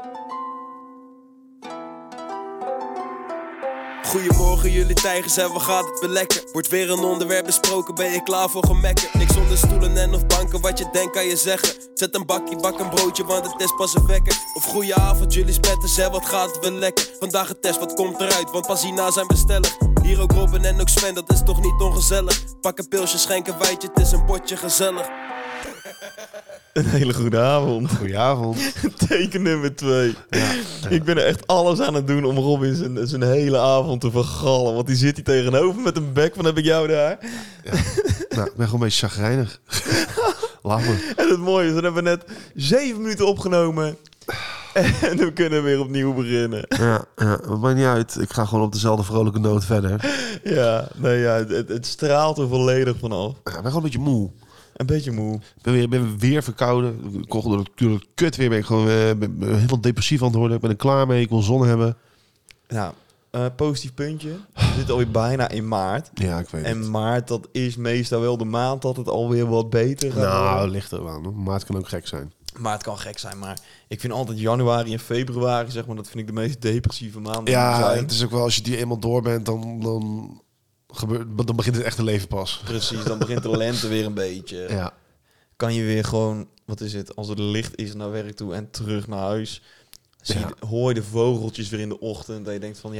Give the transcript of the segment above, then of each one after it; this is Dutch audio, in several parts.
Goedemorgen jullie tijgers en wat gaat het weer lekker? Wordt weer een onderwerp besproken, ben je klaar voor gemekken? Niks onder stoelen en of banken, wat je denkt kan je zeggen. Zet een bakje, bak een broodje, want het is pas een wekker. Of goeie avond jullie spetters en wat gaat het weer lekker? Vandaag een test, wat komt eruit, want pas hierna zijn we stellig. Hier ook Robin en ook Sven, dat is toch niet ongezellig? Pak een pilsje, schenk een wijtje, het is een potje gezellig. Een hele goede avond. Goedenavond. Teken nummer 2. Ja. Ik ben er echt alles aan het doen om Robin zijn hele avond te vergallen. Want die zit hier tegenover met een bek van heb ik jou daar. Ja. Nou, ik ben gewoon een beetje chagrijnig. Laat me. En het mooie is, we hebben net 7 minuten opgenomen. En we kunnen weer opnieuw beginnen. Ja, het maakt niet uit. Ik ga gewoon op dezelfde vrolijke noot verder. Ja, nee, ja, het straalt er volledig vanaf. Ja, ik ben gewoon een beetje moe. Een beetje moe. Ik ben weer verkouden. Door het kut weer ben ik gewoon helemaal depressief aan het worden. Ik ben er klaar mee. Ik wil zon hebben. Ja, positief puntje. We zitten alweer bijna in maart. Ja, ik weet het. En maart, dat is meestal wel de maand dat het alweer wat beter gaat Nou, worden. ligt er aan. Maart kan ook gek zijn. Maart kan gek zijn, maar ik vind altijd januari en februari, zeg maar, dat vind ik de meest depressieve maanden. Ja, het is ook wel als je die eenmaal door bent, dan begint het echte leven pas. Precies, dan begint de lente weer een beetje. Ja. Kan je weer gewoon, wat is het, als het licht is naar werk toe en terug naar huis. Hoor je de vogeltjes weer in de ochtend. Dat je denkt van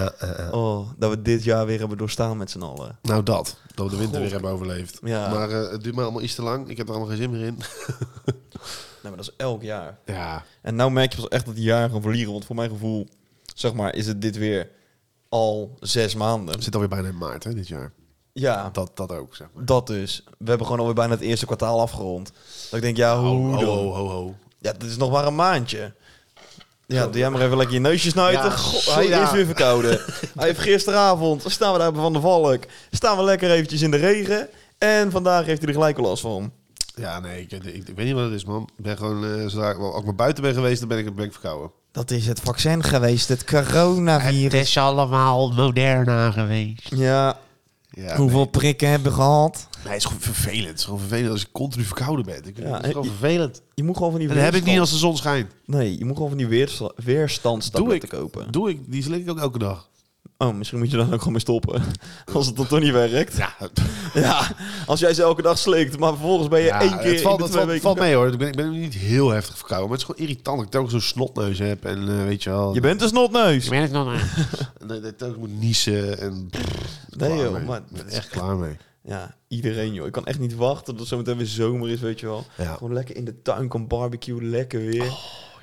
oh, dat we dit jaar weer hebben doorstaan met z'n allen. Nou dat we de winter weer hebben overleefd. Ja. Maar het duurt me allemaal iets te lang. Ik heb er allemaal geen zin meer in. Nee, maar dat is elk jaar. Ja. En nou merk je pas echt dat die jaren gaan verlieren. Want voor mijn gevoel, zeg maar, is het dit weer al 6 maanden. We zitten alweer bijna in maart, hè, dit jaar. Ja. Dat ook, zeg maar. Dat dus. We hebben gewoon alweer bijna het eerste kwartaal afgerond. Dat ik denk, ja, hoe dan? Ho. Ja, dit is nog maar een maandje. Ja, doe jij maar even lekker je neusje snuiten. Ja, God, hij is weer verkouden. Hij heeft gisteravond, staan we daar Van de Valk. Staan we lekker eventjes in de regen. En vandaag heeft hij er gelijk al last van. Ja, nee, ik weet niet wat het is, man. Ik ben gewoon, zodra als ik maar buiten ben geweest, dan ben ik verkouden. Dat is het vaccin geweest, het coronavirus. Het is allemaal Moderna geweest. Ja. Ja, Hoeveel prikken hebben we gehad? Nee, het is gewoon vervelend. Het is gewoon vervelend als je continu verkouden bent. Het is gewoon je- vervelend. Je moet gewoon van die En dat heb ik niet als de zon schijnt. Nee, je moet gewoon van die weerstandstabletten kopen. Doe ik. Die slik ik ook elke dag. Oh, misschien moet je dan ook gewoon mee stoppen. Als het dan toch niet werkt. Ja, Ja, als jij ze elke dag slikt, maar vervolgens ben je één keer het valt, in de 2 het weken... valt mee hoor. Ik ben niet heel heftig verkouden. Maar het is gewoon irritant dat ik telkens zo'n snotneus heb. En weet je wel. Je bent een snotneus. Ik ben het nog aan. En dat ik telkens moet niezen. En Nee joh, maar... ik ben echt klaar mee. Ja, iedereen joh. Ik kan echt niet wachten tot het zometeen weer zomer is, weet je wel. Ja. Gewoon lekker in de tuin kan barbecue, lekker weer.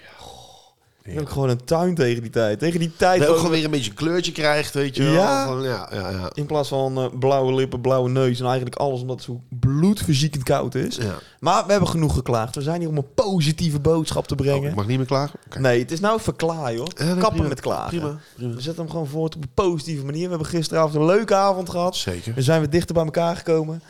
Ik heb gewoon een tuin tegen die tijd. Tegen die tijd... Dat je ook ook gewoon weer een beetje een kleurtje krijgt, weet je wel. Ja. Gewoon, ja. in plaats van blauwe lippen, blauwe neus en eigenlijk alles omdat het zo bloedverziekend koud is. Ja. Maar we hebben genoeg geklaagd. We zijn hier om een positieve boodschap te Oh, brengen. ik mag niet meer klagen? Oké. Nee, het is nou verklaar joh. Ja, nee, Kappen prima. met klagen. Prima. We zetten hem gewoon voort op een positieve manier. We hebben gisteravond een leuke avond gehad. Zeker. We zijn weer dichter bij elkaar gekomen.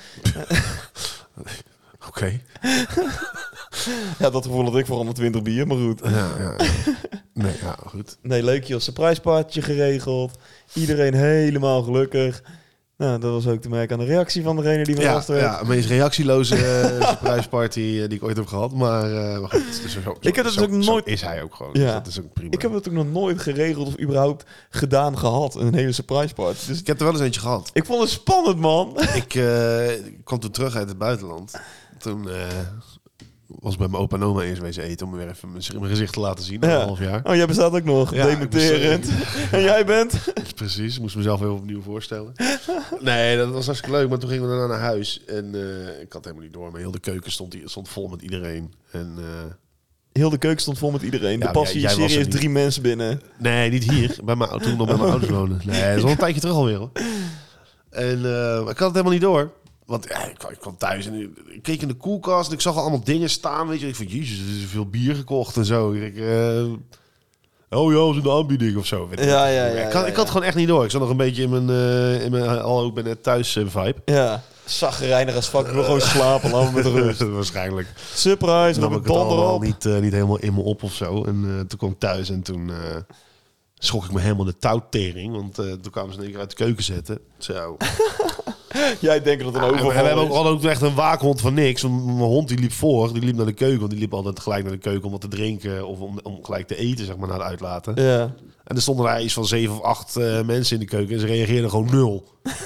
Oké. Ja, dat gevoel had ik voor allemaal 20 bier, maar goed. Ja. Nee, ja, goed. Nee, leuk joh. Surprise partytje geregeld. Iedereen helemaal gelukkig. Nou, dat was ook te merken aan de reactie van degene die verrast werd. Ja, de meest reactieloze surprise party die ik ooit heb gehad. Maar goed, het is zo, Ik heb het zo, ook nooit- zo is hij ook gewoon. Ja. Dus dat is ook prima. Ik heb het ook nog nooit geregeld of überhaupt gedaan gehad. Een hele surprise party. Dus Ik heb er wel eens eentje gehad. ik vond het spannend, man. Ik kwam toen terug uit het buitenland. Toen was ik bij mijn opa en oma eerst wezen eten om weer even mijn gezicht te laten zien. Na een half jaar. Oh, jij bestaat ook nog. Ja, Dementerend. En jij bent? Precies, ik moest mezelf even opnieuw voorstellen. Nee, dat was hartstikke leuk. Maar toen gingen we daarna naar huis. En ik had helemaal niet door. Maar heel de keuken stond vol met iedereen. En Heel de keuken stond vol met iedereen. Ja, Er passen hier jij was er serieus niet. 3 mensen binnen. nee, niet hier. Toen ik nog bij mijn ouders woonde. Nee, dat is al een tijdje terug alweer hoor. En maar ik had het helemaal niet door. Want ja, ik kwam thuis en ik keek in de koelkast en ik zag al allemaal dingen staan. Weet je, ik van jezus, er is veel bier gekocht en zo. Oh ja, was in de aanbieding of zo. Weet je. Ja. Ik had het gewoon echt niet door. Ik zat nog een beetje in mijn hallo, ik ben net thuis vibe. Ja. Zaggerijnig als fuck. Ik wil gewoon slapen. Laten we met rust. Waarschijnlijk. Surprise. Nam Nog ik een het donder allemaal op. niet helemaal in me op of zo. En toen kwam ik thuis en toen schrok ik me helemaal de touwtering. Want toen kwamen ze in één keer uit de keuken zetten. Zo. Jij denkt dat het een overval En we hebben is. ook echt een waakhond van niks. Mijn hond die liep voor, die liep naar de keuken. Want die liep altijd gelijk naar de keuken om wat te drinken. Of om gelijk te eten, zeg maar, naar het uitlaten. Ja. En er stonden daar iets van 7 of 8 mensen in de keuken. En ze reageerden gewoon 0.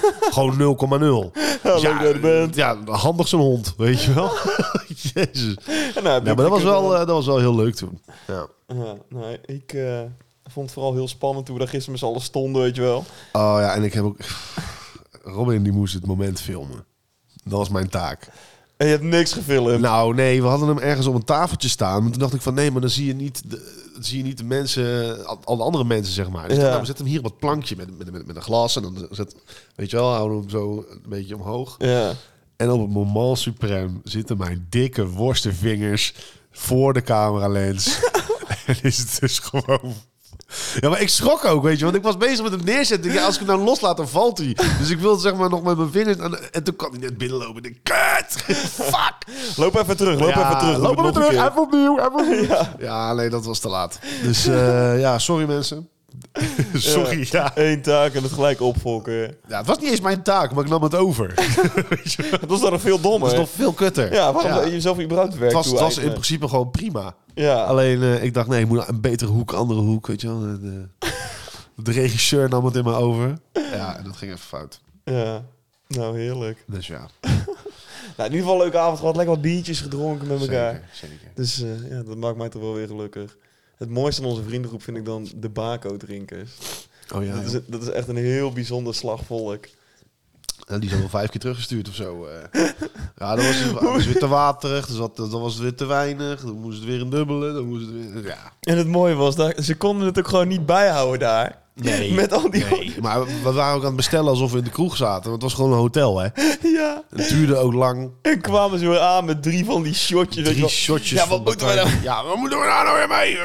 Gewoon 0,0. Dus leuk dat je bent. ja, handig zo'n hond, weet je wel. Jezus. En nou, Ja, maar dat was wel heel leuk toen. Ja. Ja, nee, ik vond het vooral heel spannend toen we daar gisteren met z'n allen stonden, weet je wel. Oh ja, en ik heb ook... Robin die moest het moment filmen. Dat was mijn taak. En je hebt niks gefilmd. Nou, nee, we hadden hem ergens op een tafeltje staan. Maar toen dacht ik van, nee, maar dan zie je niet de mensen, al de andere mensen, zeg maar. Dus Ja. nou, we zetten hem hier op het plankje met een glas. En dan weet je wel, houden we hem zo een beetje omhoog. Ja. En op het moment suprême zitten mijn dikke worstenvingers voor de cameralens. En is het dus gewoon... Ja, maar ik schrok ook, weet je. Want ik was bezig met hem neerzetten. Ja, als ik hem nou loslaat, dan valt hij. Dus ik wilde zeg maar nog met mijn vingers... En toen kwam hij net binnenlopen. En ik kut! Fuck! Loop even terug, loop even terug. Loop Doe even het nog terug. een keer. Even opnieuw. Ja, nee, dat was te laat. Dus ja, sorry mensen. Sorry, ja. Eén taak en het gelijk opfokken. Ja, het was niet eens mijn taak, maar ik nam het over. Dat was dan nog veel dommer. Dat is nog veel kutter. Ja, waarom je jezelf überhaupt werk Het was in principe gewoon prima. Ja. Alleen, ik dacht, nee, ik moet een betere hoek, andere hoek, weet je wel. De regisseur nam het in me over. Ja, en dat ging even fout. Ja. Nou, heerlijk. Dus ja, Nou, in ieder geval een leuke avond gehad. Lekker wat biertjes gedronken met elkaar. zeker. Dus ja, dat maakt mij toch wel weer gelukkig. Het mooiste aan onze vriendengroep vind ik dan de Bako-drinkers. Oh ja, Dat is echt een heel bijzonder slag volk. en die zijn wel 5 keer teruggestuurd of zo. Ja, dat was weer te waterig, dus dat was het weer te weinig. Dan moest het weer een dubbele, dan moest het weer... Ja. En het mooie was, ze konden het ook gewoon niet bijhouden daar. Nee, Met al die... nee. Maar we waren ook aan het bestellen alsof we in de kroeg zaten. Want het was gewoon een hotel, hè. Ja. Het duurde ook lang. En kwamen ze weer aan met 3 van die shotjes. weet je 3 wel. shotjes Ja, wat van moeten we Bacardi. dan? Ja, wat moeten we nou weer mee?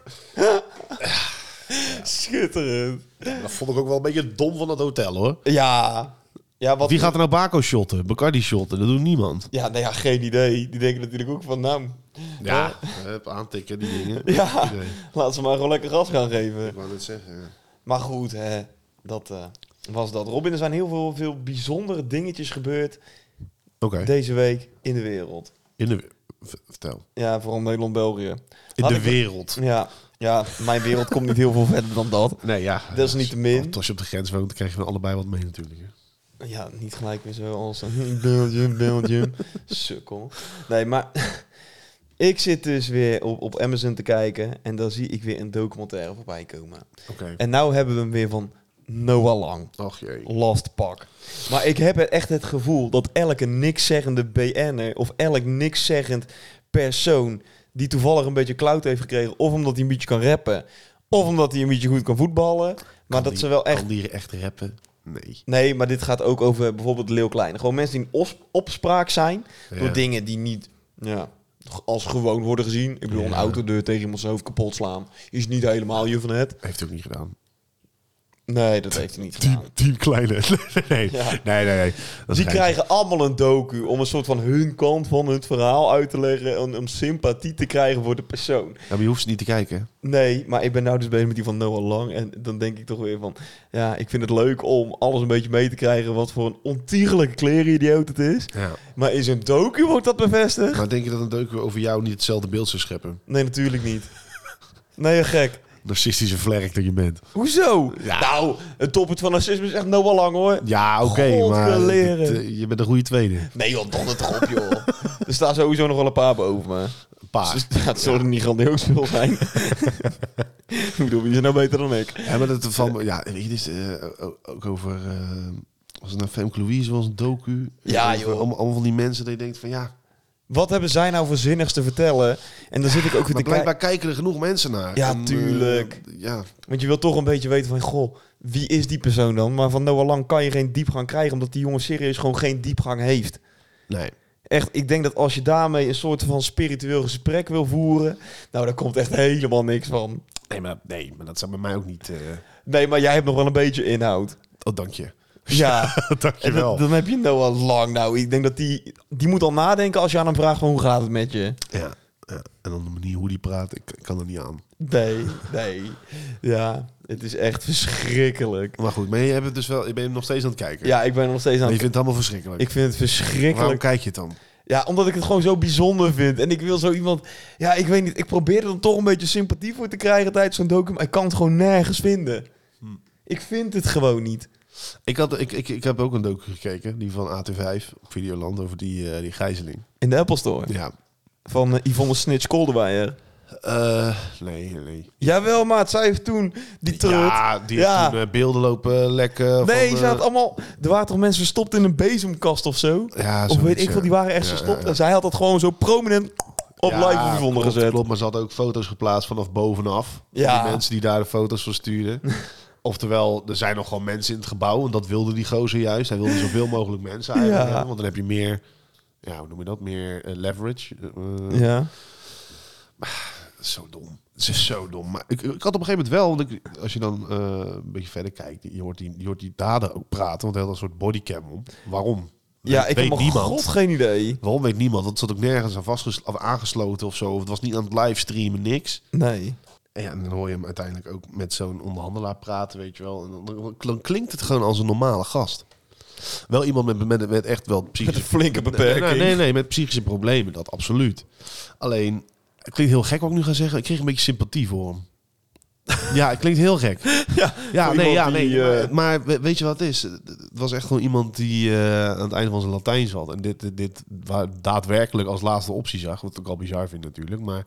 Schitterend. Dat vond ik ook wel een beetje dom van het hotel, hoor. Ja. Ja, wat... Wie gaat er nou Baco shotten? Bacardi shotten? Dat doet niemand. Ja, nee, ja, geen idee. Die denken natuurlijk ook van, nou... Ja, aantikken die dingen. Ja, Nee, laat ze maar gewoon lekker gas gaan geven. ik wou net zeggen. Ja. Maar goed, hè, dat was dat. Robin, er zijn heel veel bijzondere dingetjes gebeurd Oké, deze week in de wereld. vertel. Ja, vooral Nederland-België. In Laat de ik- wereld. Ja, mijn wereld komt niet heel veel verder dan dat. Nee, ja. Dat is niettemin. Als je op de grens woont, dan krijg je van allebei wat mee natuurlijk. Hè. Ja, niet gelijk weer zo als Belgium. Sukkel. Nee, maar ik zit dus weer op Amazon te kijken en dan zie ik weer een documentaire voorbij komen. Oké. En nou hebben we hem weer van Noah Lang. Och jee. Lost Pak. Maar ik heb echt het gevoel dat elke nikszeggende BN'er of elk nikszeggend persoon die toevallig een beetje clout heeft gekregen, of omdat hij een beetje kan rappen, of omdat hij een beetje goed kan voetballen, maar dat ze wel echt... Kan die echt rappen? Nee. Nee, maar dit gaat ook over bijvoorbeeld Leeuw Kleine. Gewoon mensen die in opspraak zijn door Ja. dingen die niet als gewoon worden gezien. Ik bedoel, een Ja. autodeur tegen iemand zijn hoofd kapot slaan is niet helemaal je van het. Heeft hij ook niet gedaan. Nee, dat heeft hij niet gedaan. Team Kleine. Nee. Ja. Nee. Dat Die is krijgen allemaal een docu om een soort van hun kant van het verhaal uit te leggen en om sympathie te krijgen voor de persoon. Ja, maar je hoeft ze niet te kijken. Nee, maar ik ben nou dus bezig met die van Noah Lang en dan denk ik toch weer van, ja, ik vind het leuk om alles een beetje mee te krijgen wat voor een ontiegelijke klerenidioot het is. Ja. Maar in zo'n docu wordt dat bevestigd? Maar denk je dat een docu over jou niet hetzelfde beeld zou scheppen? Nee, natuurlijk niet. Nee, gek. Narcistische vlerk dat je bent. Hoezo? Ja. Nou, het toppunt van narcisme is echt Noah Lang, hoor. Ja, oké, maar Godgeleren. je bent een goede tweede. Nee, joh, donder toch op, joh. Er staan sowieso nog wel een paar boven me. Een paar. Dus het zal er niet grandioos veel zijn. Ik bedoel, wie is er nou beter dan ik? Ja, maar dat van, ja, weet je, dit is ook over, was het nou Femke Louise, was een docu. Ja, Over joh. allemaal van die mensen dat je denkt van, ja, Wat hebben zij nou voor zinnigs te vertellen? En dan zit ik ook weer maar te blijkbaar kijken. kijken er genoeg mensen naar. Ja, En, tuurlijk. ja, Want je wil toch een beetje weten van, goh, wie is die persoon dan? Maar van Noah Lang kan je geen diepgang krijgen, omdat die jongen serieus gewoon geen diepgang heeft. nee. Echt, ik denk dat als je daarmee een soort van spiritueel gesprek wil voeren, nou, daar komt echt helemaal niks van. Nee, maar dat zou bij mij ook niet... Nee, maar jij hebt nog wel een beetje inhoud. Oh, dank je. Ja, Dank je en wel. dan heb je Noah Lang. Nou, ik denk dat die moet al nadenken als je aan hem vraagt van hoe gaat het met je. Ja. Ja, en dan de manier hoe die praat, ik kan er niet aan. Nee. Ja, het is echt verschrikkelijk. Maar goed, maar je hebt het dus wel, je bent nog steeds aan het kijken. Ja, ik ben nog steeds aan Maar je het... vindt het allemaal verschrikkelijk. Ik vind het verschrikkelijk. Waarom kijk je het dan? Ja, omdat ik het gewoon zo bijzonder vind. En ik wil zo iemand... Ja, ik weet niet. Ik probeer er dan toch een beetje sympathie voor te krijgen tijdens zo'n document. Maar ik kan het gewoon nergens vinden. Ik vind het gewoon niet. Ik heb ook een docu gekeken, die van AT5 op Videoland, over die gijzeling. In de Apple Store. Ja. Van Yvonne Snitch Kolderweijer. Nee. Jawel, maat. Zij heeft toen die trut. Ja, die heeft toen beelden lopen lekken. Nee, van, ze had allemaal... Er waren toch mensen verstopt in een bezemkast of zo? Ja, Of weet ik veel, die waren echt verstopt. En zij had dat gewoon zo prominent op live gevonden gezet. Klopt, maar ze had ook foto's geplaatst vanaf bovenaf. Ja. Die mensen die daar de foto's van stuurden. Oftewel, er zijn nog gewoon mensen in het gebouw. En dat wilde die gozer juist. Hij wilde zoveel mogelijk mensen eigenlijk hebben. Want dan heb je meer... Ja, hoe noem je dat? Meer leverage. Ja. Zo dom. Het is zo dom. Maar ik had op een gegeven moment wel... Want als je dan een beetje verder kijkt... Je hoort die dader ook praten. Want hij had een soort bodycam om. Waarom? Ja, ik heb nog god geen idee. Waarom weet niemand? Want het zat ook nergens aan aangesloten of zo. Of het was niet aan het livestreamen, niks. Nee. En ja, en dan hoor je hem uiteindelijk ook met zo'n onderhandelaar praten, weet je wel. En dan klinkt het gewoon als een normale gast. Wel iemand met echt wel psychische... Met een flinke beperking. Nee, met psychische problemen, dat absoluut. Alleen, het klinkt heel gek wat ik nu ga zeggen. Ik kreeg een beetje sympathie voor hem. Ja, het klinkt heel gek. Maar weet je wat het is? Het was echt gewoon iemand die aan het einde van zijn Latijn zat. En dit daadwerkelijk als laatste optie zag. Wat ik ook al bizar vind natuurlijk. Maar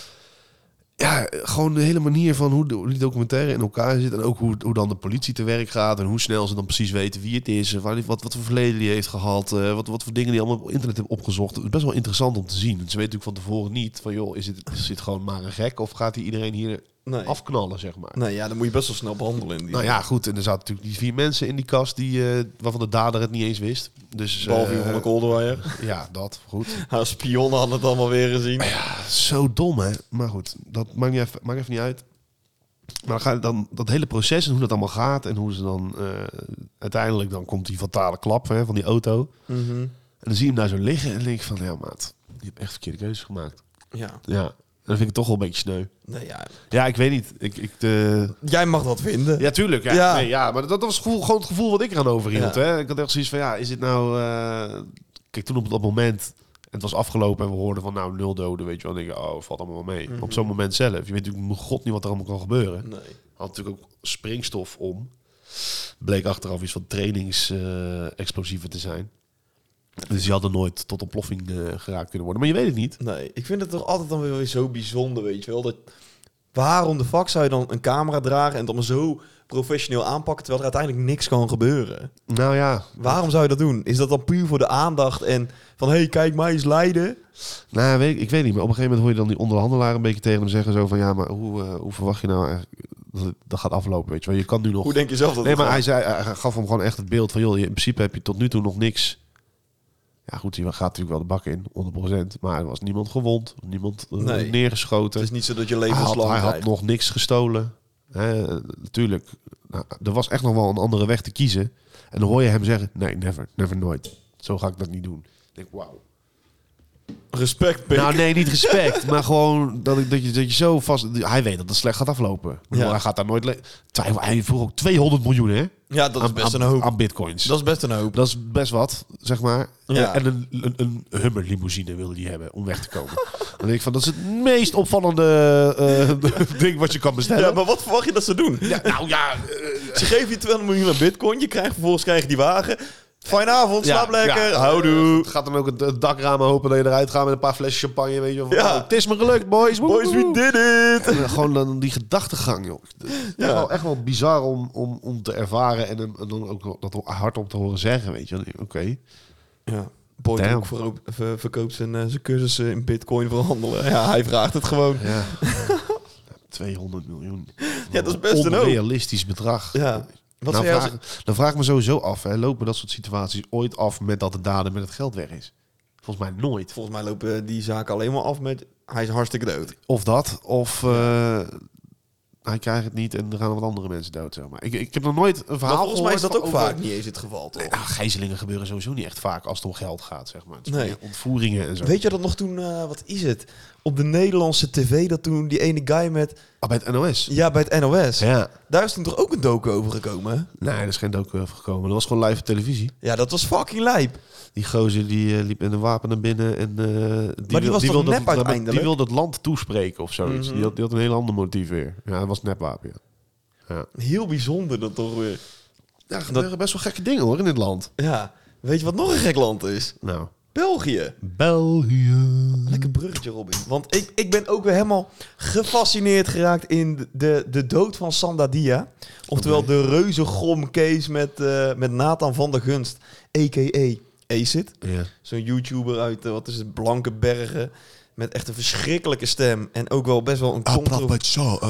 ja, gewoon de hele manier van hoe die documentaire in elkaar zit. En ook hoe dan de politie te werk gaat. En hoe snel ze dan precies weten wie het is. Wat voor verleden die heeft gehad. Wat voor dingen die allemaal op internet hebben opgezocht. Het is best wel interessant om te zien. Ze weten natuurlijk van tevoren niet van joh, is dit gewoon maar een gek? Of gaat hij iedereen hier afknallen, zeg maar? Nee, ja, dan moet je best wel snel behandelen. Nou ja, goed. En er zaten natuurlijk die 4 mensen in die kast waarvan de dader het niet eens wist. Dus, Behalve van de Kolderweijer. Ja, dat. Goed. Haar spionnen hadden het allemaal weer gezien. Ja, zo dom, hè. Maar goed, dat maakt even niet uit. Maar dan dat hele proces en hoe dat allemaal gaat. En hoe ze dan uiteindelijk dan komt die fatale klap van die auto. Mm-hmm. En dan zie je hem daar zo liggen en dan denk ik van, ja maat, je hebt echt verkeerde keuzes gemaakt. Ja. En dan vind ik het toch wel een beetje sneu. Nee, ja. Ja, ik weet niet. Jij mag dat vinden. Ja, tuurlijk. Ja. Nee, ja, maar dat was gewoon het gevoel wat ik eraan overhield. Ja. Hè? Ik had echt zoiets van, ja, is dit nou... Kijk, toen op dat moment... Het was afgelopen en we hoorden van, 0 doden, weet je wel. En dan denk ik, valt allemaal wel mee. Mm-hmm. Op zo'n moment zelf. Je weet natuurlijk god niet wat er allemaal kan gebeuren. Nee. Had natuurlijk ook springstof om. Bleek achteraf iets van trainingsexplosieven te zijn. Dus die hadden nooit tot ontploffing geraakt kunnen worden. Maar je weet het niet. Nee, ik vind het toch altijd dan weer zo bijzonder, weet je wel. Dat, waarom de fuck zou je dan een camera dragen en het allemaal zo professioneel aanpakken, terwijl er uiteindelijk niks kan gebeuren? Nou ja. Waarom zou je dat doen? Is dat dan puur voor de aandacht en van, hey, kijk mij eens lijden? Nou, ik weet niet. Maar op een gegeven moment hoor je dan die onderhandelaar een beetje tegen hem zeggen zo van, ja, maar hoe verwacht je nou eigenlijk dat gaat aflopen, weet je wel? Je kan nu nog... Hoe denk je zelf dat Nee, het maar gaat? hij gaf hem gewoon echt het beeld van, joh, in principe heb je tot nu toe nog niks. Ja goed, hij gaat natuurlijk wel de bak in, 100%. Maar er was niemand gewond, niemand neergeschoten. Het is niet zo dat je levenslang Hij had nog niks gestolen. Natuurlijk, er was echt nog wel een andere weg te kiezen. En dan hoor je hem zeggen, nee, never, nooit. Zo ga ik dat niet doen. Ik denk, wauw. Respect, pik. Nou nee, niet respect, maar gewoon dat je zo vast... Hij weet dat het slecht gaat aflopen. Ja. Hij gaat daar nooit... Hij vroeg ook 200 miljoen, hè? Ja, dat is best een hoop. Aan bitcoins. Dat is best een hoop. Dat is best wat, zeg maar. Ja. En een Hummer limousine wilde die hebben om weg te komen. Dan denk ik van, dat is het meest opvallende ding wat je kan bestellen. Ja, maar wat verwacht je dat ze doen? Ja, nou ja... Ze geven je 200 miljoen aan bitcoin, vervolgens krijg je die wagen. Fijne avond, slaap lekker, houdoe. Het gaat dan ook het dakraam open dat je eruit gaat met een paar flesjes champagne. Weet je, van, Ja. het is me gelukt, boys. Boys, we did it! En gewoon dan die gedachtegang, joh. Echt wel bizar om te ervaren en dan ook dat hardop te horen zeggen, weet je. Oké. Ja. Boydhoek verkoopt zijn cursussen in bitcoin verhandelen. Ja, hij vraagt het gewoon. Ja. 200 miljoen. Ja, dat is best een hoop. Onrealistisch bedrag. Ja. Wat Nou, zou jij dan vraag ik me sowieso af, hè, lopen dat soort situaties ooit af met dat de dader met het geld weg is? Volgens mij nooit. Volgens mij lopen die zaken alleen maar af met, hij is hartstikke dood. Of dat, of hij krijgt het niet en er gaan wat andere mensen dood. Zeg maar. Ik heb nog nooit een verhaal Maar volgens mij is dat ook over... vaak niet eens het geval, toch? Nou, gijzelingen gebeuren sowieso niet echt vaak als het om geld gaat, zeg maar. Het is Nee. meer ontvoeringen en zo. Weet je dat nog toen, wat is het? op de Nederlandse tv dat toen die ene guy met... bij het NOS? Ja, bij het NOS. Ja. Daar is toen toch ook een docu over gekomen, hè? Nee, er is geen docu over gekomen. Dat was gewoon live televisie. Ja, dat was fucking lijp. Die gozer die liep met een wapen naar binnen. En, maar die was toch nep uiteindelijk? Die wilde het land toespreken of zoiets. Mm-hmm. Die had een heel ander motief weer. Ja, dat was nepwapen, ja. Heel bijzonder dat toch weer. Ja, er gebeuren best wel gekke dingen hoor in dit land. Ja, weet je wat nog een gek land is? Nou. België. België. Lekker bruggetje, Robin. Want ik ben ook weer helemaal gefascineerd geraakt in de dood van Sandadia. Oftewel de reuzegom case met Nathan van der Gunst, a.k.a. Acid. Ja. Zo'n YouTuber uit, Blankenbergen. Met echt een verschrikkelijke stem. En ook wel best wel een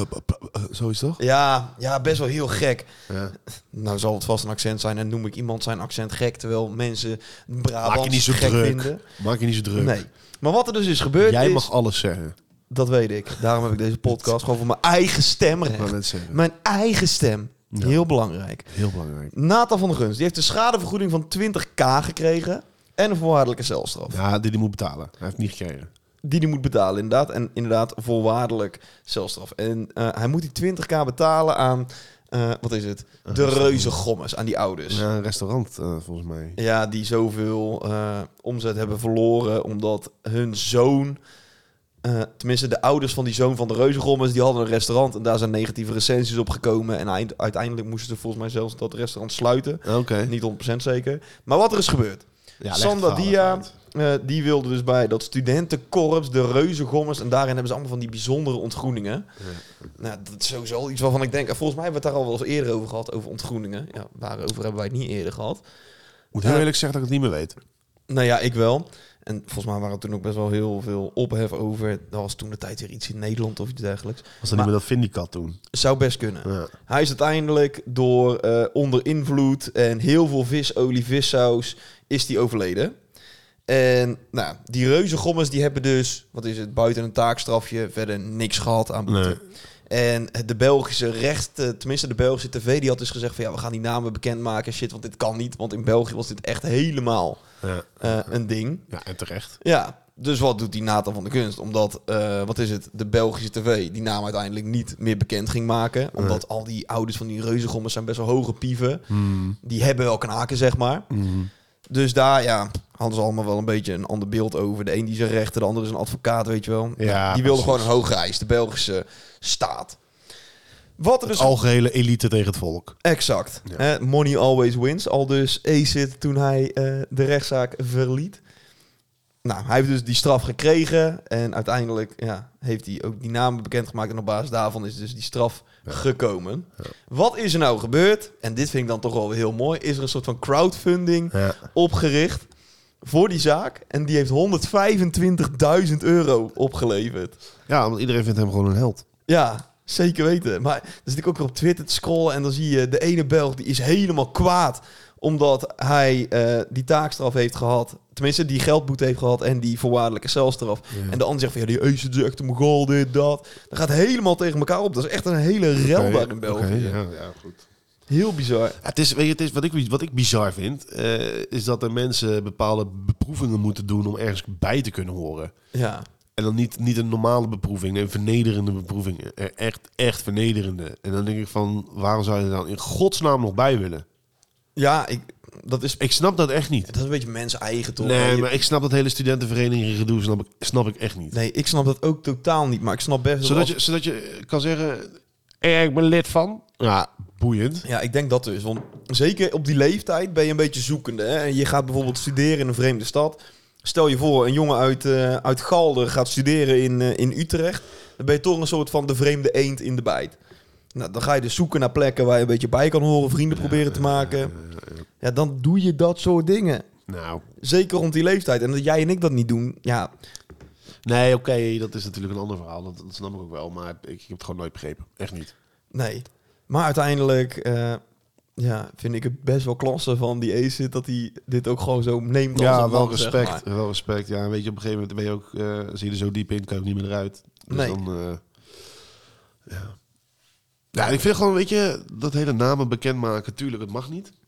zo is het toch? Ja, best wel heel gek. Ja. Nou zal het vast een accent zijn en noem ik iemand zijn accent gek, terwijl mensen Brabants Maak je niet zo gek druk. vinden. Maak je niet zo druk. Nee. Maar wat er dus is gebeurd Jij is... mag alles zeggen. Dat weet ik. Daarom heb ik deze podcast gewoon voor mijn eigen stem Ik wou recht. net zeggen. Mijn eigen stem. Ja. Heel belangrijk. Heel belangrijk. Nathan van der Gunst, die heeft een schadevergoeding van 20.000 gekregen en een voorwaardelijke celstraf. Ja, die moet betalen. Hij heeft niet gekregen. Die moet betalen, inderdaad. En inderdaad, voorwaardelijk celstraf. En hij moet die 20.000 betalen aan, wat is het? De reuzegommes, aan die ouders. Ja, een restaurant volgens mij. Ja, die zoveel omzet hebben verloren omdat hun zoon... tenminste, de ouders van die zoon van de reuzegommes, die hadden een restaurant en daar zijn negatieve recensies op gekomen. En uiteindelijk moesten ze volgens mij zelfs dat restaurant sluiten. Oké. Niet 100% zeker. Maar wat er is gebeurd. Ja, Sandadia, die wilde dus bij dat studentenkorps, de reuzegommes, en daarin hebben ze allemaal van die bijzondere ontgroeningen. Ja. Nou, dat is sowieso iets waarvan ik denk, volgens mij hebben we het daar al wel eens eerder over gehad, over ontgroeningen. Ja, waarover hebben wij het niet eerder gehad. Moet heel eerlijk zeggen dat ik het niet meer weet. Nou ja, ik wel. En volgens mij waren er toen ook best wel heel veel ophef over. Dat was toen de tijd weer iets in Nederland of iets dergelijks. Was dat niet meer dat Vindicat toen? Zou best kunnen. Ja. Hij is uiteindelijk door onder invloed en heel veel visolie, vissaus, is die overleden. En nou, die reuzegommes die hebben dus, wat is het, buiten een taakstrafje verder niks gehad aan boete. Nee. En de Belgische tenminste de Belgische tv, die had dus gezegd van ja, we gaan die namen bekendmaken. Shit, want dit kan niet. Want in België was dit echt helemaal een ding. Ja, en terecht. Ja, dus wat doet die Nathan van der Gunst? Omdat, de Belgische tv die naam uiteindelijk niet meer bekend ging maken. Omdat al die ouders van die reuzegommes zijn best wel hoge pieven. Die hebben wel knaken, zeg maar. Dus daar, hadden ze allemaal wel een beetje een ander beeld over. De een die is een rechter, de ander is een advocaat, weet je wel. Ja, die wilde gewoon een hoge eis, de Belgische staat. Wat er dus... algehele elite tegen het volk. Exact. Ja. Money always wins. Al dus Acid toen hij de rechtszaak verliet. Nou, hij heeft dus die straf gekregen. En uiteindelijk heeft hij ook die namen bekendgemaakt. En op basis daarvan is dus die straf gekomen. Ja. Wat is er nou gebeurd? En dit vind ik dan toch wel heel mooi. Is er een soort van crowdfunding opgericht voor die zaak. En die heeft €125.000 opgeleverd. Ja, want iedereen vindt hem gewoon een held. Ja, zeker weten. Maar dan zit ik ook weer op Twitter te scrollen en dan zie je de ene Belg die is helemaal kwaad omdat hij die taakstraf heeft gehad. Tenminste, die geldboete heeft gehad en die voorwaardelijke celstraf. Ja. En de ander zegt van, die Acid is echt een Mongool, dit, dat. Dat gaat helemaal tegen elkaar op. Dat is echt een hele rel daar in België. Ja, goed. Heel bizar. Ja, het is wat ik bizar vind, is dat er mensen bepaalde beproevingen moeten doen om ergens bij te kunnen horen. Ja. En dan niet een normale beproeving, een vernederende beproeving. Echt vernederende. En dan denk ik van, waarom zou je er dan in godsnaam nog bij willen? Ja, ik snap dat echt niet. Dat is een beetje mensen eigen toch? Nee, maar ik snap dat hele studentenvereniging gedoe, snap ik echt niet. Nee, ik snap dat ook totaal niet, maar ik snap best... Zodat je kan zeggen, ik ben lid van... Ja, boeiend. Ja, ik denk dat dus. Want zeker op die leeftijd ben je een beetje zoekende. Hè? En je gaat bijvoorbeeld studeren in een vreemde stad. Stel je voor, een jongen uit Galder gaat studeren in Utrecht. Dan ben je toch een soort van de vreemde eend in de bijt. Nou, dan ga je dus zoeken naar plekken waar je een beetje bij kan horen, vrienden proberen te maken. Ja, dan doe je dat soort dingen. Nou. Zeker rond die leeftijd. En dat jij en ik dat niet doen, ja. Nee, oké, dat is natuurlijk een ander verhaal. Dat snap ik ook wel, maar ik heb het gewoon nooit begrepen. Echt niet. Nee. Maar uiteindelijk vind ik het best wel klasse van die Acid dat hij dit ook gewoon zo neemt. Ja, wel respect. Zeg maar. Wel respect. Ja, weet je, op een gegeven moment ben je ook, zie je er zo diep in, kan je ook niet meer eruit. Dus nee. Dan, ja, ik vind gewoon, weet je, dat hele namen bekendmaken, tuurlijk, het mag niet.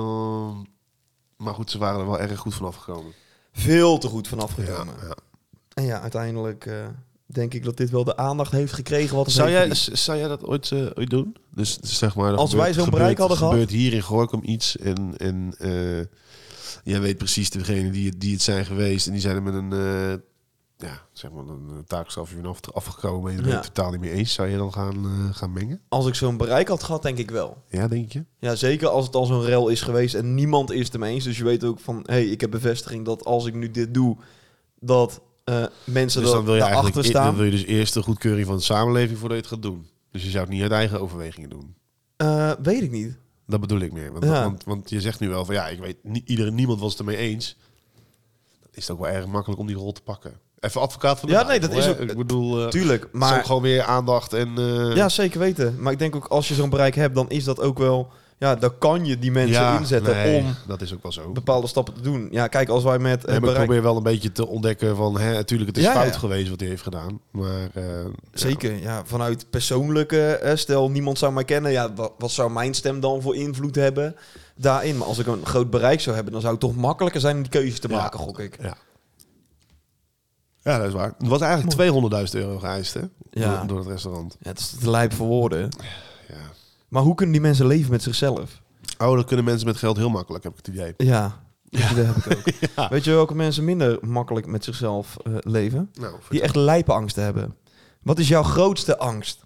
Maar goed, ze waren er wel erg goed vanaf gekomen. Veel te goed vanaf gekomen. Ja. En ja, uiteindelijk denk ik dat dit wel de aandacht heeft gekregen wat het Zou jij dat ooit doen? Dus zeg maar, als wij zo'n bereik hadden gehad... gebeurt hier in Gorinchem iets en jij weet precies degene die het zijn geweest en die zijn er met een zeg maar een taakstraf afgekomen en je bent het totaal niet meer eens. Zou je dan gaan mengen? Als ik zo'n bereik had gehad, denk ik wel. Ja, denk je? Ja, zeker als het al zo'n rel is geweest en niemand is het ermee eens. Dus je weet ook van, ik heb bevestiging dat als ik nu dit doe, dat mensen dus dan wil je daarachter staan. Dan wil je dus eerst de goedkeuring van de samenleving voordat je het gaat doen. Dus je zou het niet uit eigen overwegingen doen. Weet ik niet. Dat bedoel ik meer. Want je zegt nu wel van ik weet, niemand was het ermee eens. Dan is het ook wel erg makkelijk om die rol te pakken. Even advocaat van de duivel, dat is ook... Ik bedoel, tuurlijk, maar... Zo gewoon weer aandacht en... Ja, zeker weten. Maar ik denk ook als je zo'n bereik hebt, dan is dat ook wel... Ja, dan kan je die mensen inzetten om... dat is ook wel zo. Bepaalde stappen te doen. Ja, kijk, als wij met... maar ik probeer wel een beetje te ontdekken van... natuurlijk, het is fout geweest wat hij heeft gedaan. Maar... zeker, ja. Vanuit persoonlijke... stel, niemand zou mij kennen. Ja, wat zou mijn stem dan voor invloed hebben daarin? Maar als ik een groot bereik zou hebben... dan zou het toch makkelijker zijn om die keuzes te maken, gok ik. Ja, dat is waar. Het was eigenlijk €200.000 geëist, hè? Ja. Door het restaurant. Ja, het is te lijp voor woorden. Ja. Maar hoe kunnen die mensen leven met zichzelf? Oh, dat kunnen mensen met geld heel makkelijk, heb ik het idee. Ja, dat heb ik ook. Ja. Weet je welke mensen minder makkelijk met zichzelf leven? Nou, die echt lijpe angsten hebben. Wat is jouw grootste angst?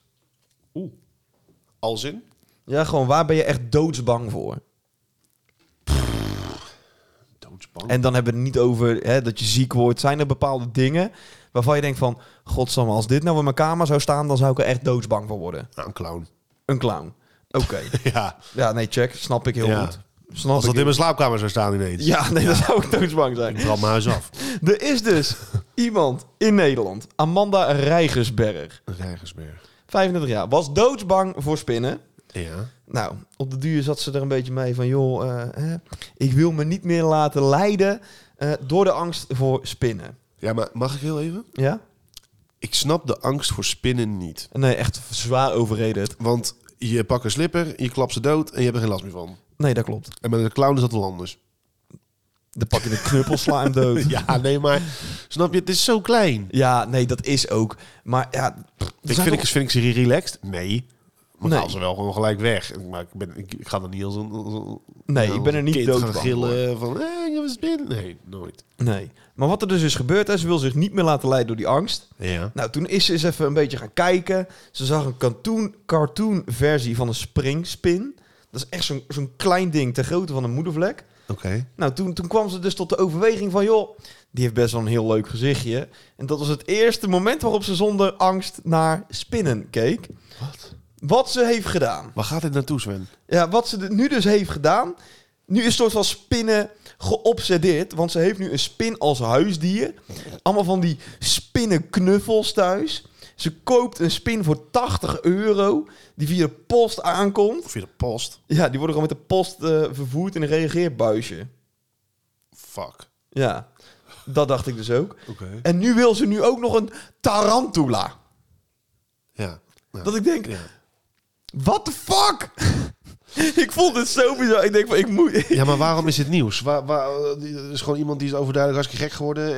Als in? Ja, gewoon waar ben je echt doodsbang voor? Doodsbang? En dan hebben we het niet over dat je ziek wordt. Zijn er bepaalde dingen waarvan je denkt van... Godsamme, als dit nou in mijn kamer zou staan... dan zou ik er echt doodsbang voor worden. Nou, een clown. Een clown. Oké. Ja. Ja, nee, check. Snap ik heel goed. Als dat in mijn slaapkamer zou staan ineens. Ja, nee, dan zou ik doodsbang zijn. Ik brand mijn huis af. Er is dus iemand in Nederland. Amanda Rijgersberg. 35 jaar. Was doodsbang voor spinnen. Ja. Nou, op de duur zat ze er een beetje mee van... joh, ik wil me niet meer laten leiden... door de angst voor spinnen. Ja, maar mag ik heel even? Ja? Ik snap de angst voor spinnen niet. Nee, echt zwaar overreden. Want je pakt een slipper, je klapt ze dood... en je hebt er geen last meer van. Nee, dat klopt. En met een clown is dat wel anders. Dan pak je een knuppel, sla hem dood. Ja, nee, maar... Snap je, het is zo klein. Ja, nee, dat is ook. Maar ja... Vind ik ze relaxed? Nee. Maar Nee. haal ze wel gewoon gelijk weg. Maar ik ga dan niet als een Nee, ik ben er niet kind doodsbang gaan gillen van... ik heb een spin. Nee, nooit. Nee. Maar wat er dus is gebeurd, ze wil zich niet meer laten leiden door die angst. Ja. Nou, toen is ze eens even een beetje gaan kijken. Ze zag een cartoon versie van een springspin. Dat is echt zo'n klein ding ter grootte van een moedervlek. Oké. Nou, toen kwam ze dus tot de overweging van... joh, die heeft best wel een heel leuk gezichtje. En dat was het eerste moment waarop ze zonder angst naar spinnen keek. Wat ze heeft gedaan. Waar gaat dit naartoe, Sven? Ja, wat ze nu dus heeft gedaan... Nu is een soort van spinnen geobsedeerd. Want ze heeft nu een spin als huisdier. Allemaal van die spinnenknuffels thuis. Ze koopt een spin voor €80... die via de post aankomt. Via de post? Ja, die worden gewoon met de post vervoerd in een reageerbuisje. Fuck. Ja, dat dacht ik dus ook. Oké. En nu wil ze nu ook nog een tarantula. Ja. Nou, Dat ik denk, ja. what the fuck? Ik vond het zo bizar. Ik denk van, ik moet... Ja, maar waarom is het nieuws? Er is gewoon iemand die is overduidelijk hartstikke gek geworden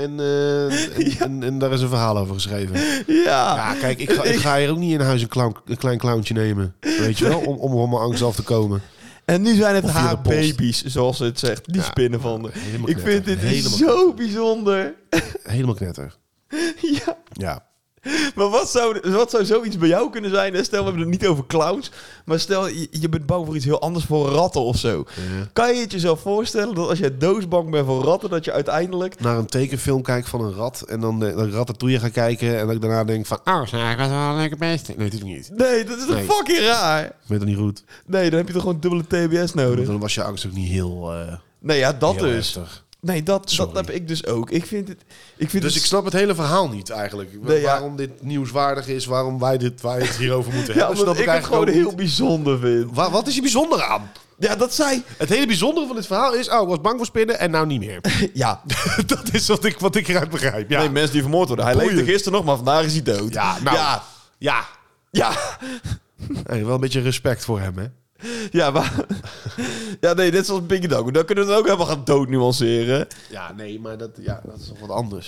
en daar is een verhaal over geschreven. Ja. Ja, kijk, ik ga hier ook niet in huis een klein clowntje nemen. Weet je wel? Om van mijn angst af te komen. En nu zijn het Of via haar de post. baby's, zoals ze het zegt. Die spinnen van de. Helemaal Ik vind knetter. dit Helemaal zo bijzonder. Helemaal knetter. Ja. Ja. Maar wat zou zoiets bij jou kunnen zijn? Stel, we hebben het niet over clowns. Maar stel, je bent bang voor iets heel anders, voor ratten of zo. Ja. Kan je het jezelf voorstellen dat als je doodsbang bent voor ratten, dat je uiteindelijk... Naar een tekenfilm kijk van een rat en dan de Ratatouille ga kijken en dat ik daarna denk van... Oh, zeg, wat wel een leuke beest. Nee, natuurlijk niet. Nee, dat is toch Nee. fucking raar? Ik weet het niet goed. Nee, dan heb je toch gewoon dubbele TBS nodig? Dan was je angst ook niet heel... Nee, ja, dat heel dus. heftig. Nee, dat Sorry. heb ik dus ook. Ik vind Dus het... ik snap het hele verhaal niet eigenlijk. Nee, ja. Waarom dit nieuwswaardig is, waarom wij het hierover moeten Ja, hebben. omdat Snap ik het gewoon ook heel niet. bijzonder vind. Wat is je bijzonder aan? Ja, dat zei... Het hele bijzondere van dit verhaal is... Oh, ik was bang voor spinnen en nou niet meer. Ja. Dat is wat ik eruit begrijp. Ja, Nee, mensen die vermoord worden. Hij Boeien. leefde gisteren nog, maar vandaag is hij dood. ja nou... Ja. Ja. Ja. Hey, wel een beetje respect voor hem, hè? Ja, maar... Ja, nee, dit is als Biggie Dog. Dan kunnen we het ook helemaal gaan doodnuanceren. Ja, nee, maar dat is nog wat anders.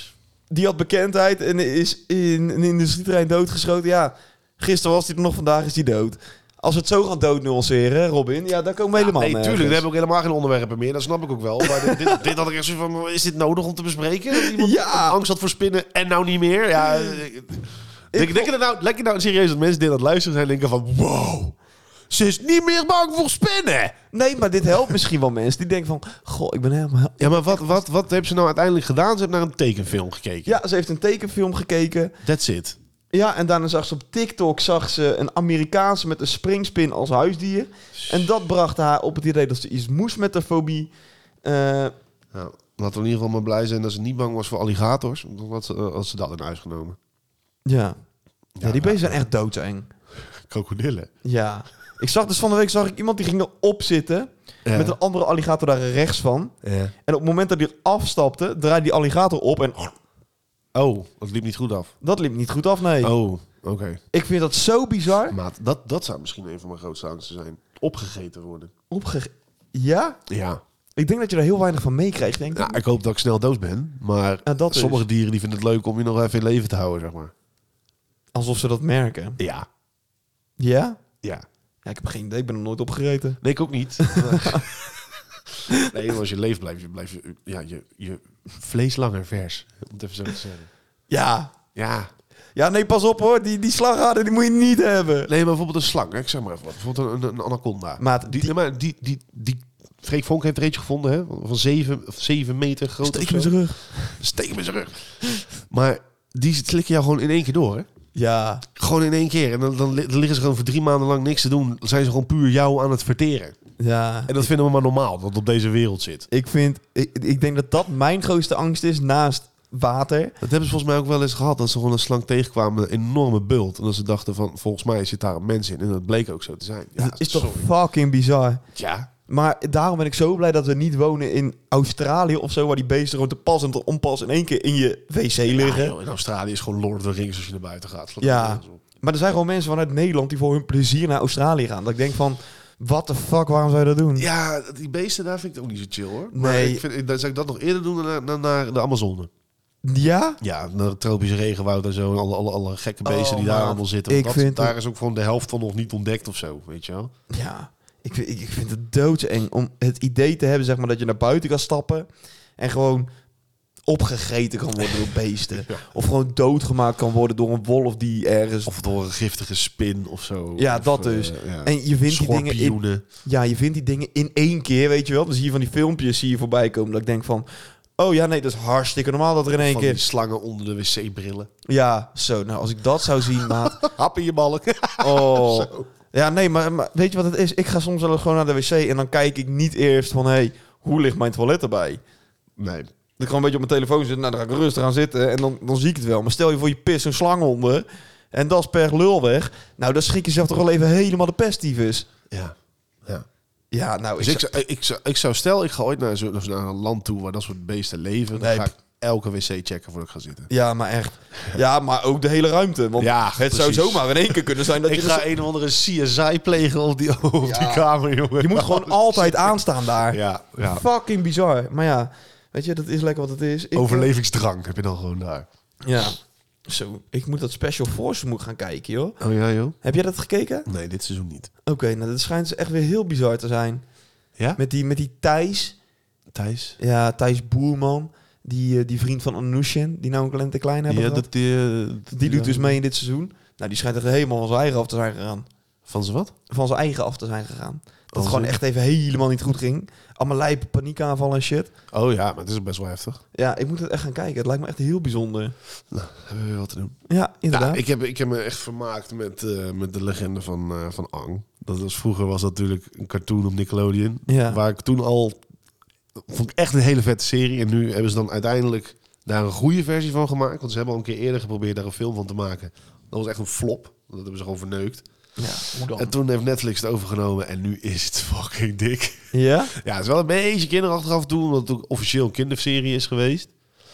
die had bekendheid en is in een industrieterrein doodgeschoten. Ja, gisteren was hij er nog, vandaag is hij dood. Als we het zo gaan doodnuanceren, Robin, ja, dan komen we helemaal nee, nergens. tuurlijk, daar heb ik helemaal geen onderwerpen meer. Dat snap ik ook wel. Maar dit had ik echt zo van, is dit nodig om te bespreken? Dat iemand angst had voor spinnen en nou niet meer? Ja, denk je nou serieus dat mensen dit aan het luisteren zijn en denken van, wow, ze is niet meer bang voor spinnen. Nee, maar dit helpt misschien wel mensen die denken van, goh, ik ben helemaal... Ja, maar wat heeft ze nou uiteindelijk gedaan? Ze heeft naar een tekenfilm gekeken. Ja, ze heeft een tekenfilm gekeken. That's it. Ja, en daarna zag ze op TikTok een Amerikaanse met een springspin als huisdier. En dat bracht haar op het idee dat ze iets moest met de fobie. Nou, laten we in ieder geval maar blij zijn dat ze niet bang was voor alligators. Als ze dat in huis genomen. Ja, die beesten zijn echt doodeng. Krokodillen. Ja. Van de week zag ik iemand die ging erop zitten. Ja. Met een andere alligator daar rechts van. Ja. En op het moment dat hij afstapte, draaide die alligator op en... Oh, dat liep niet goed af. Dat liep niet goed af, nee. Oh, oké. Ik vind dat zo bizar. Maat, dat zou misschien een van mijn grootste angsten zijn. Opgegeten worden. Ja? Ja. Ik denk dat je er heel weinig van meekrijgt, denk ik. Ja, ik hoop dat ik snel dood ben. Maar Ja, dat sommige is. dieren die vinden het leuk om je nog even in leven te houden, zeg maar. Alsof ze dat merken. Ja. Ja? Ja. Ja, ik heb geen idee. Ik ben nog nooit opgegeten. Nee, ik ook niet. Nee, als je leeft, blijf je vlees langer vers. Om het even zo te zeggen. Ja. Ja. Ja, nee, pas op hoor. Die slagader, die moet je niet hebben. Nee, maar bijvoorbeeld een slang. Hè? Ik zeg maar even wat. Bijvoorbeeld een anaconda. Maat, Die Freek Vonk heeft er eentje gevonden, hè? Van 7 meter groot. steek hem in zijn rug. Steek hem in zijn rug. Maar die slikken jou gewoon in één keer door, hè? Ja. Gewoon in één keer. En dan liggen ze gewoon voor 3 maanden lang niks te doen. Dan zijn ze gewoon puur jou aan het verteren. Ja. En dat vinden we maar normaal, dat het op deze wereld zit. Ik denk dat dat mijn grootste angst is naast water. Dat hebben ze volgens mij ook wel eens gehad. Dat ze gewoon een slang tegenkwamen, een enorme bult. En dat ze dachten van, volgens mij zit daar een mens in. En dat bleek ook zo te zijn. Ja, Dat is toch fucking bizar. Ja. Maar daarom ben ik zo blij dat we niet wonen in Australië of zo, waar die beesten gewoon te pas en te onpas in één keer in je wc liggen. Ja, joh, in Australië is gewoon Lord of the Rings als je naar buiten gaat. Ja. Maar er zijn gewoon mensen vanuit Nederland die voor hun plezier naar Australië gaan. Dat ik denk van, what the fuck, waarom zou je dat doen? Ja, die beesten daar vind ik ook niet zo chill, hoor. Maar Nee. dan zou ik dat nog eerder doen dan naar de Amazone. Ja? Ja, naar het tropische regenwoud en zo. En alle gekke beesten die daar maar allemaal zitten. Daar is ook gewoon de helft van nog niet ontdekt of zo, weet je wel. Ja. Ik vind het doodseng om het idee te hebben, zeg maar, dat je naar buiten kan stappen en gewoon opgegeten kan worden door beesten. Ja. Of gewoon doodgemaakt kan worden door een wolf die ergens... Of door een giftige spin of zo. Ja, of, dat dus. Ja. En je vindt die dingen je vindt die dingen in één keer, weet je wel. Dan zie je van die filmpjes voorbij komen dat ik denk van, oh ja, nee, dat is hartstikke normaal dat er in één van keer... die slangen onder de wc-brillen. Ja, zo. Nou, als ik dat zou zien, maat... Hap in je balk. Oh. Zo. Ja, nee, maar weet je wat het is? Ik ga soms wel eens gewoon naar de wc en dan kijk ik niet eerst van, hey, hoe ligt mijn toilet erbij? Nee. Ik kan een beetje op mijn telefoon zitten, nou, dan ga ik rustig aan zitten en dan zie ik het wel. Maar stel je voor je pis een slang onder en dat is per lul weg. Nou, dan schrik je zelf toch wel even helemaal de pesttyfus. Ja. Ja. Ja, nou... Dus ik zou stel, ik ga ooit naar een land toe waar dat soort beesten leven. Dan ga ik elke wc checken voordat ik ga zitten. Ja, maar echt. Ja, maar ook de hele ruimte. Want ja, het zou zomaar in één keer kunnen zijn dat ik ga een of andere CSI plegen op die kamer, jongen. Je moet gewoon altijd aanstaan daar. Ja. Fucking bizar. Maar ja, weet je, dat is lekker wat het is. Overlevingsdrang heb je dan gewoon daar. Ja. Zo, ik moet dat Special Forces gaan kijken, joh. Oh ja, joh. Heb jij dat gekeken? Nee, dit seizoen niet. Oké, nou dat schijnt echt weer heel bizar te zijn. Ja? Met die Thijs. Thijs? Ja, Thijs Boerman. Die vriend van Anoushkin, die nou een klein te klein hebben gehad. Die doet dus mee in dit seizoen. Nou, die schijnt echt helemaal van zijn eigen af te zijn gegaan. Van zijn wat? Van zijn eigen af te zijn gegaan. Dat het gewoon echt even helemaal niet goed ging. Allemaal lijpe paniekaanvallen en shit. Oh ja, maar het is best wel heftig. Ja, ik moet het echt gaan kijken. Het lijkt me echt heel bijzonder. Nou, hebben we weer wat te doen. Ja, inderdaad. Ja, ik heb me echt vermaakt met de legende van Aang. Vroeger was dat natuurlijk een cartoon op Nickelodeon. Ja. Waar ik toen al... Vond ik echt een hele vette serie. En nu hebben ze dan uiteindelijk daar een goede versie van gemaakt. Want ze hebben al een keer eerder geprobeerd daar een film van te maken. Dat was echt een flop. Dat hebben ze gewoon verneukt. Ja, hoe dan? En toen heeft Netflix het overgenomen en nu is het fucking dik. Ja? Ja, het is wel een beetje kinderachtig af en toe, omdat het ook officieel een kinderserie is geweest.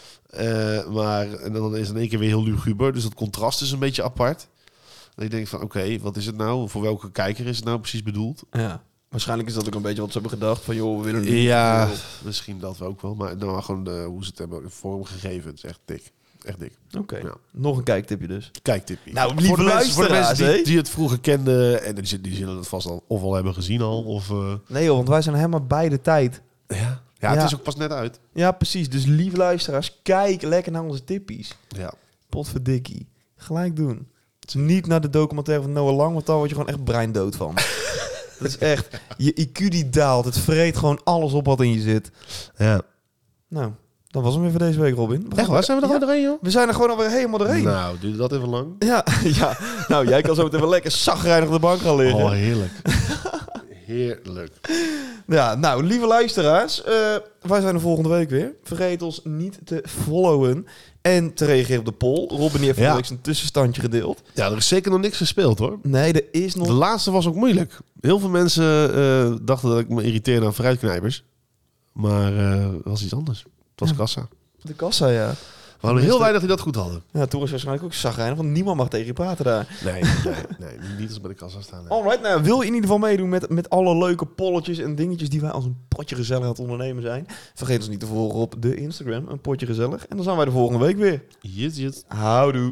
Maar en dan is het in één keer weer heel luguber, dus dat contrast is een beetje apart. En ik denk van, oké, wat is het nou? Voor welke kijker is het nou precies bedoeld? Ja. Waarschijnlijk is dat ook een beetje wat ze hebben gedacht. Van joh, we willen Ja, misschien dat ook wel. Maar nou, gewoon hoe ze het hebben vormgegeven, het is echt dik. Echt dik. Oké, Ja. nog een kijktipje dus. Kijktipje. Nou, voor lieve de luisteraars, mensen hè? die het vroeger kenden, en die zullen het vast al of al hebben gezien al. Of, Nee joh, want wij zijn helemaal bij de tijd. ja, het is ook pas net uit. Ja, precies. Dus lieve luisteraars, kijk lekker naar onze tippies. Ja. Potverdikkie. Gelijk doen. Niet naar de documentaire van Noah Lang, want daar word je gewoon echt breindood van. Dat is echt... Je IQ die daalt. Het vreet gewoon alles op wat in je zit. Ja. Nou, dat was hem weer voor deze week, Robin. Echt waar? Zijn we er al doorheen, joh? We zijn er gewoon alweer helemaal doorheen. Nou, duurde dat even lang? Ja, ja. Nou, jij kan zo meteen wel lekker zagrijnig op de bank gaan liggen. Oh, heerlijk. Heerlijk. Ja, nou, lieve luisteraars. Wij zijn er volgende week weer. Vergeet ons niet te followen en te reageren op de poll. Robin heeft vorige week zijn tussenstandje gedeeld. Ja, er is zeker nog niks gespeeld, hoor. Nee, er is nog... De laatste was ook moeilijk. Heel veel mensen dachten dat ik me irriteerde aan fruitknijpers. Maar het was iets anders. Het was kassa. De kassa, ja. We hadden heel weinig die dat goed hadden. Ja, toen was je waarschijnlijk ook zagrijnig, want niemand mag tegen je praten daar. Nee, niet als bij de kassa staan. Nee. Alright, nou, wil je in ieder geval meedoen met alle leuke polletjes en dingetjes die wij als een potje gezellig aan het ondernemen zijn? Vergeet ons niet te volgen op de Instagram, een potje gezellig. En dan zijn wij de volgende week weer. Yes. Houdoe.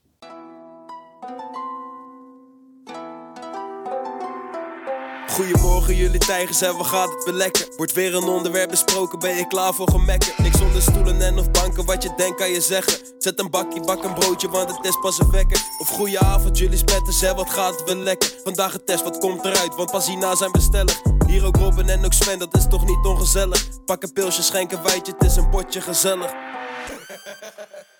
Goedemorgen jullie tijgers en wat gaat het weer lekker? Wordt weer een onderwerp besproken, ben je klaar voor gemekken? Niks onder stoelen en of banken, wat je denkt kan je zeggen. Zet een bakje, bak een broodje, want het is pas een wekker. Of goeie avond jullie spetters en wat gaat het weer lekker? Vandaag een test, wat komt eruit, want pas hierna zijn we stellig. Hier ook Robin en ook Sven, dat is toch niet ongezellig? Pak een pilsje, schenk een wijtje, het is een potje gezellig.